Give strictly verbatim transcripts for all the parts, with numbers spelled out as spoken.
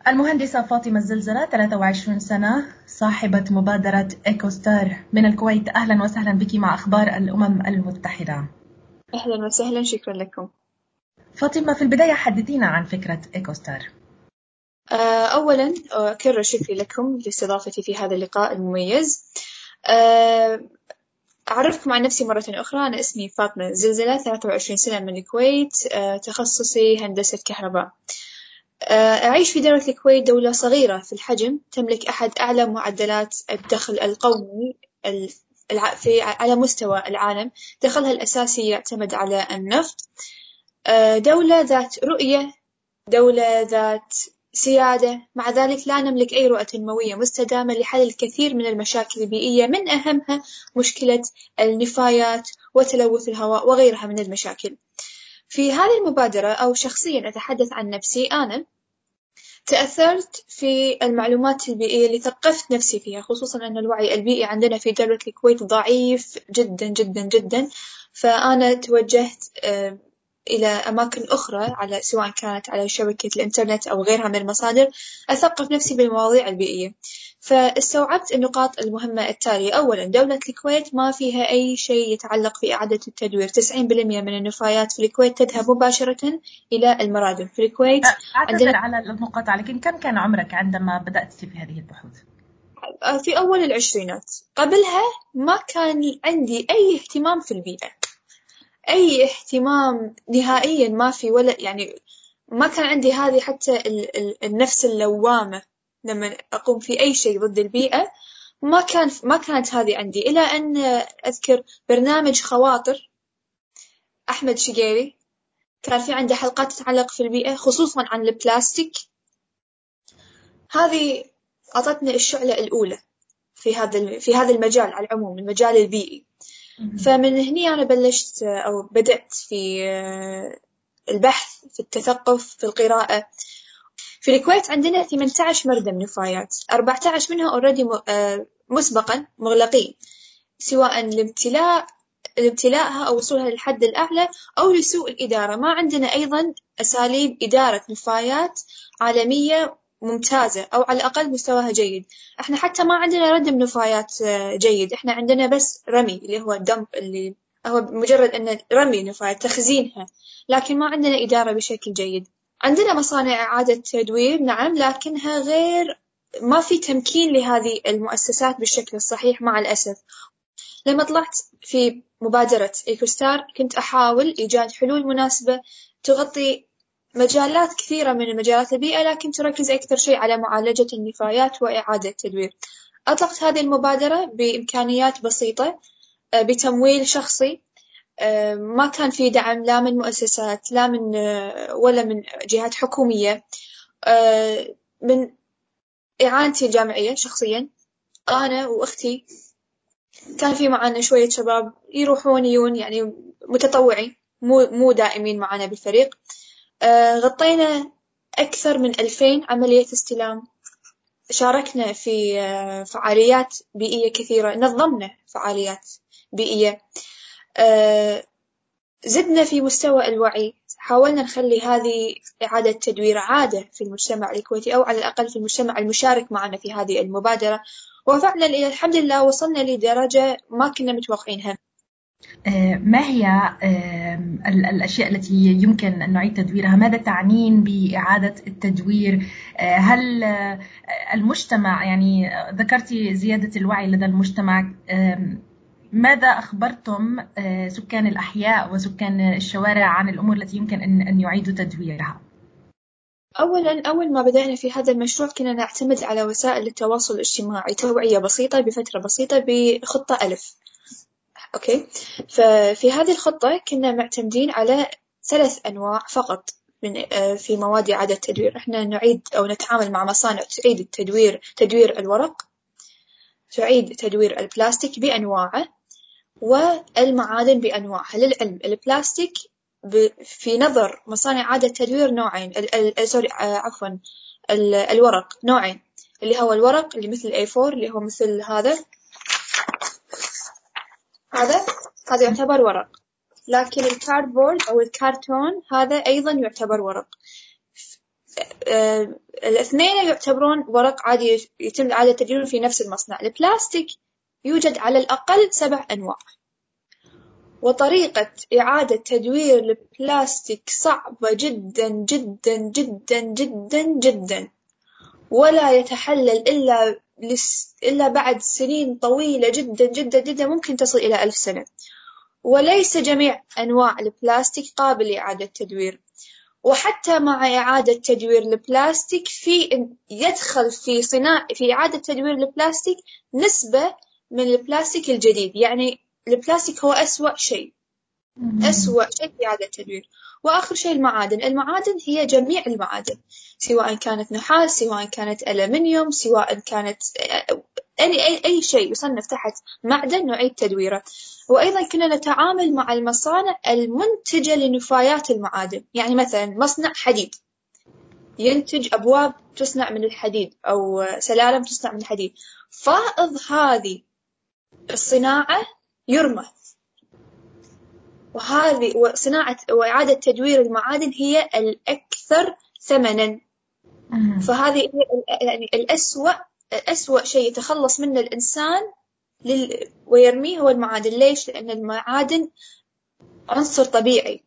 المهندسة فاطمة الزلزلة، ثلاثة وعشرين سنة، صاحبة مبادرة إيكوستار من الكويت. أهلا وسهلا بك مع أخبار الأمم المتحدة. أهلا وسهلا، شكرا لكم. فاطمة، في البداية حدثينا عن فكرة إيكوستار. أولا أكرر شكري لكم لاستضافتي في هذا اللقاء المميز. أعرفكم عن نفسي مرة أخرى. أنا اسمي فاطمة الزلزلة، ثلاثة وعشرين سنة، من الكويت، تخصصي هندسة كهرباء. أعيش في دولة الكويت، دولة صغيرة في الحجم، تملك أحد أعلى معدلات الدخل القومي في على مستوى العالم. دخلها الأساسي يعتمد على النفط. دولة ذات رؤية، دولة ذات سيادة، مع ذلك لا نملك أي رؤى تنموية مستدامة لحل الكثير من المشاكل البيئية، من أهمها مشكلة النفايات وتلوث الهواء وغيرها من المشاكل. في هذه المبادرة، أو شخصيا أتحدث عن نفسي، أنا تأثرت في المعلومات البيئية اللي ثقفت نفسي فيها، خصوصا أن الوعي البيئي عندنا في دولة الكويت ضعيف جدا جدا جدا. فأنا توجهت إلى أماكن أخرى، على سواء كانت على شبكة الإنترنت أو غيرها من المصادر، أثقف نفسي بالمواضيع البيئية. فاستوعبت النقاط المهمة التالية. أولا، دولة الكويت ما فيها أي شيء يتعلق بإعادة التدوير. تسعين بالمئة من النفايات في الكويت تذهب مباشرة إلى المرادم في الكويت. أعتذر على المقاطعة، لكن كم كان عمرك عندما بدأت في هذه البحوث؟ في أول العشرينات. قبلها ما كان عندي أي اهتمام في البيئة، أي اهتمام نهائيا ما في، ولا يعني ما كان عندي هذه حتى ال ال النفس اللوامة لما أقوم في أي شيء ضد البيئة. ما كان ما كانت هذه عندي، إلى أن أذكر برنامج خواطر أحمد شقيري، كان في عنده حلقات تتعلق في البيئة، خصوصا عن البلاستيك. هذه أعطتني الشعلة الأولى في هذا في هذا المجال على العموم، المجال البيئي. فمن هني أنا بلشت أو بدأت في البحث، في التثقف، في القراءة. في الكويت عندنا ثمانية عشر مردم نفايات، أربعة عشر منها أوريدي مسبقا مغلقين، سواء لامتلاء لامتلاءها أو وصولها للحد الأعلى أو لسوء الإدارة. ما عندنا أيضا أساليب إدارة نفايات عالمية ممتازة، أو على الأقل مستواها جيد. إحنا حتى ما عندنا ردم نفايات جيد، إحنا عندنا بس رمي، اللي هو الدمب، اللي هو مجرد أن رمي نفايات، تخزينها، لكن ما عندنا إدارة بشكل جيد. عندنا مصانع إعادة تدوير، نعم، لكنها غير، ما في تمكين لهذه المؤسسات بالشكل الصحيح مع الأسف. لما طلعت في مبادرة إيكوستار كنت أحاول إيجاد حلول مناسبة تغطي مجالات كثيرة من المجالات البيئة، لكن تركز أكثر شيء على معالجة النفايات وإعادة التدوير. أطلقت هذه المبادرة بإمكانيات بسيطة، بتمويل شخصي، ما كان في دعم لا من مؤسسات لا من ولا من جهات حكومية. من إعانتي الجامعية شخصيا، أنا وأختي، كان في معنا شوية شباب يروحون يجون، يعني متطوعين، مو مو دائمين معنا بالفريق. غطينا أكثر من ألفين عملية استلام، شاركنا في فعاليات بيئية كثيرة، نظمنا فعاليات بيئية، زدنا في مستوى الوعي، حاولنا نخلي هذه إعادة تدوير عادة في المجتمع الكويتي، أو على الأقل في المجتمع المشارك معنا في هذه المبادرة. وفعلا إلى الحمد لله وصلنا لدرجة ما كنا متوقعينها. ما هي الأشياء التي يمكن أن نعيد تدويرها؟ ماذا تعنين بإعادة التدوير؟ هل المجتمع، يعني ذكرتي زيادة الوعي لدى المجتمع، ماذا أخبرتم سكان الأحياء وسكان الشوارع عن الأمور التي يمكن أن يعيدوا تدويرها؟ أولاً، أول ما بدأنا في هذا المشروع كنا نعتمد على وسائل التواصل الاجتماعي، توعية بسيطة بفترة بسيطة بخطة ألف. أوكي، ففي هذه الخطة كنا معتمدين على ثلاث أنواع فقط من في مواد إعادة التدوير. إحنا نعيد أو نتعامل مع مصانع تعيد التدوير، تدوير الورق، تعيد تدوير البلاستيك بأنواعه، والمعادن بأنواعها. للعلم، البلاستيك في نظر مصانع إعادة تدوير نوعين، سوري عفوا الورق نوعين، اللي هو الورق اللي مثل إيه فور، اللي هو مثل هذا هذا هذا يعتبر ورق، لكن الكاردبورد أو الكرتون هذا أيضا يعتبر ورق. الاثنين يعتبرون ورق عادي يتم إعادة تدويره في نفس المصنع. البلاستيك يوجد على الأقل سبع أنواع، وطريقة إعادة تدوير البلاستيك صعبة جدا جدا جدا جدا جدا، ولا يتحلل إلا لس... إلا بعد سنين طويلة جدا جدا جدا، ممكن تصل إلى ألف سنة. وليس جميع أنواع البلاستيك قابل لإعادة تدوير. وحتى مع إعادة تدوير البلاستيك في يدخل في صناعة في إعادة تدوير البلاستيك نسبة من البلاستيك الجديد. يعني البلاستيك هو أسوأ شيء، أسوأ شيء في إعادة تدوير. وآخر شيء المعادن. المعادن هي جميع المعادن، سواء كانت نحاس، سواء كانت ألمنيوم، سواء كانت أي أي أي شيء يصنف تحت معدن نعيد تدويره. وأيضا كنا نتعامل مع المصانع المنتجة لنفايات المعادن. يعني مثلا مصنع حديد ينتج أبواب تصنع من الحديد أو سلالم تصنع من الحديد، فائض هذه الصناعة يرمى. وهذه وصناعة وإعادة تدوير المعادن هي الأكثر ثمناً. فهذه يعني الأسوأ أسوأ شيء يتخلص منه الإنسان لل... ويرميه هو المعادن. ليش؟ لأن المعادن عنصر طبيعي.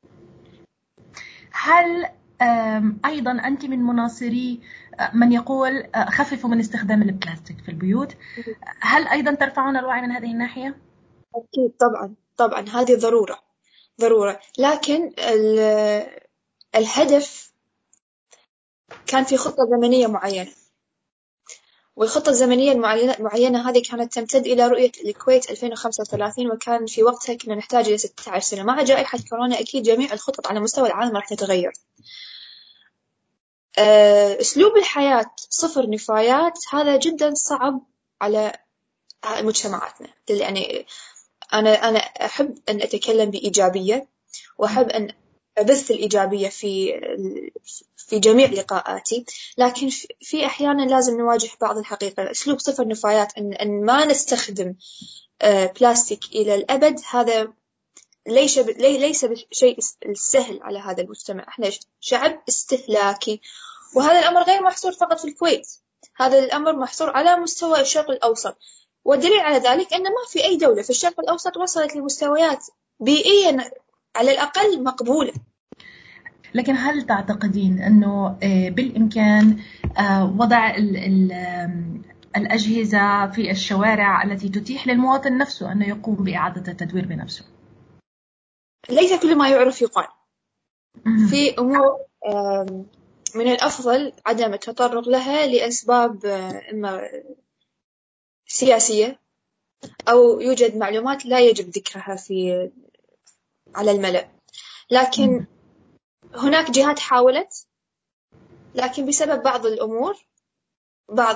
هل أيضا أنت من مناصري من يقول خففوا من استخدام البلاستيك في البيوت؟ هل أيضا ترفعون الوعي من هذه الناحية؟ أكيد طبعا طبعا، هذه ضرورة ضرورة. لكن الهدف كان في خطة زمنية معينة، والخطة الزمنية المعينة معينة هذه كانت تمتد إلى رؤية الكويت ألفين وخمسة وثلاثين، وكان في وقتها كنا نحتاج إلى ستة عشر سنة. مع جائحة كورونا أكيد جميع الخطط على مستوى العالم راح تتغير. أسلوب الحياة صفر نفايات هذا جدا صعب على مجتمعاتنا. يعني أنا أنا أحب أن أتكلم بإيجابية، وأحب أن أبث الإيجابية في في جميع لقاءاتي، لكن في أحيانا لازم نواجه بعض الحقيقة. أسلوب صفر نفايات أن أن ما نستخدم بلاستيك إلى الأبد، هذا ليس ليس بشيء سهل على هذا المجتمع. إحنا شعب استهلاكي، وهذا الأمر غير محصور فقط في الكويت، هذا الأمر محصور على مستوى الشرق الأوسط. والدليل على ذلك أن ما في أي دولة في الشرق الأوسط وصلت لمستويات بيئية على الأقل مقبولة. لكن هل تعتقدين أنه بالإمكان وضع الأجهزة في الشوارع التي تتيح للمواطن نفسه أنه يقوم بإعادة التدوير بنفسه؟ ليس كل ما يعرف يقال. في أمور من الأفضل عدم التطرق لها لأسباب إما سياسية، أو يوجد معلومات لا يجب ذكرها في على الملأ. لكن هناك جهات حاولت، لكن بسبب بعض الأمور، بعض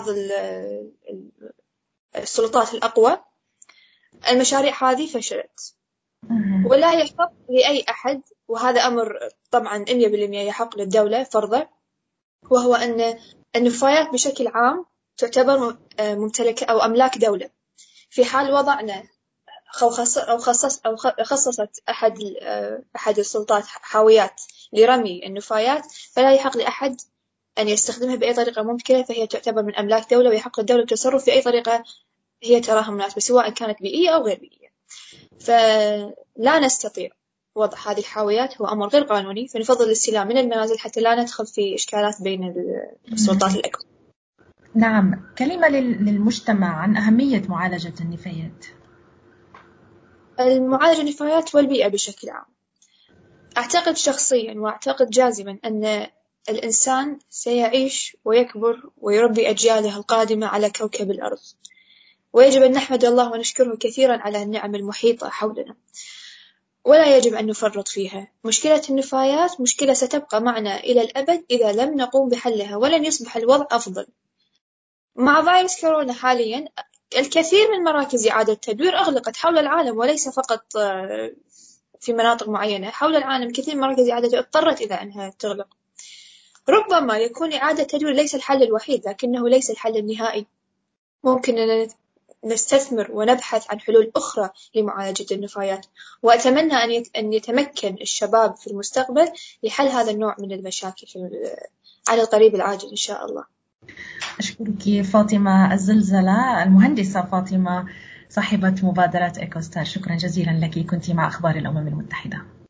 السلطات الأقوى، المشاريع هذه فشلت. ولا يحق لأي أحد، وهذا أمر طبعا مية بالمية يحق للدولة فرضه، وهو أن النفايات بشكل عام تعتبر ممتلكة أو أملاك دولة. في حال وضعنا أو خصص أو خصص أو خصصت أحد أحد السلطات حاويات لرمي النفايات، فلا يحق لأحد أن يستخدمها بأي طريقة ممكنة، فهي تعتبر من أملاك دولة، ويحق للدولة التصرف في أي طريقة هي تراها مناسبة، سواء كانت بيئية أو غير بيئية. فلا نستطيع وضع هذه الحاويات، هو أمر غير قانوني، فنفضل الاستلام من المنازل حتى لا ندخل في إشكالات بين السلطات الأكبر. نعم. كلمة للمجتمع عن أهمية معالجة النفايات. المعالجة النفايات والبيئة بشكل عام. أعتقد شخصياً وأعتقد جازماً أن الإنسان سيعيش ويكبر ويربي أجياله القادمة على كوكب الأرض، ويجب أن نحمد الله ونشكره كثيراً على النعم المحيطة حولنا، ولا يجب أن نفرط فيها. مشكلة النفايات مشكلة ستبقى معنا إلى الأبد إذا لم نقوم بحلها، ولن يصبح الوضع أفضل. مع فيروس كورونا حالياً الكثير من مراكز إعادة التدوير أغلقت حول العالم، وليس فقط في مناطق معينة حول العالم. كثير من مراكز إعادة اضطرت إذا أنها تغلق. ربما يكون إعادة التدوير ليس الحل الوحيد، لكنه ليس الحل النهائي. ممكن أن نستثمر ونبحث عن حلول أخرى لمعالجة النفايات، وأتمنى أن أن يتمكن الشباب في المستقبل لحل هذا النوع من المشاكل على القريب العاجل إن شاء الله. أشكرك فاطمة الزلزلة، المهندسة فاطمة صاحبة مبادرة إيكوستار، شكرا جزيلا لك، كنت مع أخبار الأمم المتحدة.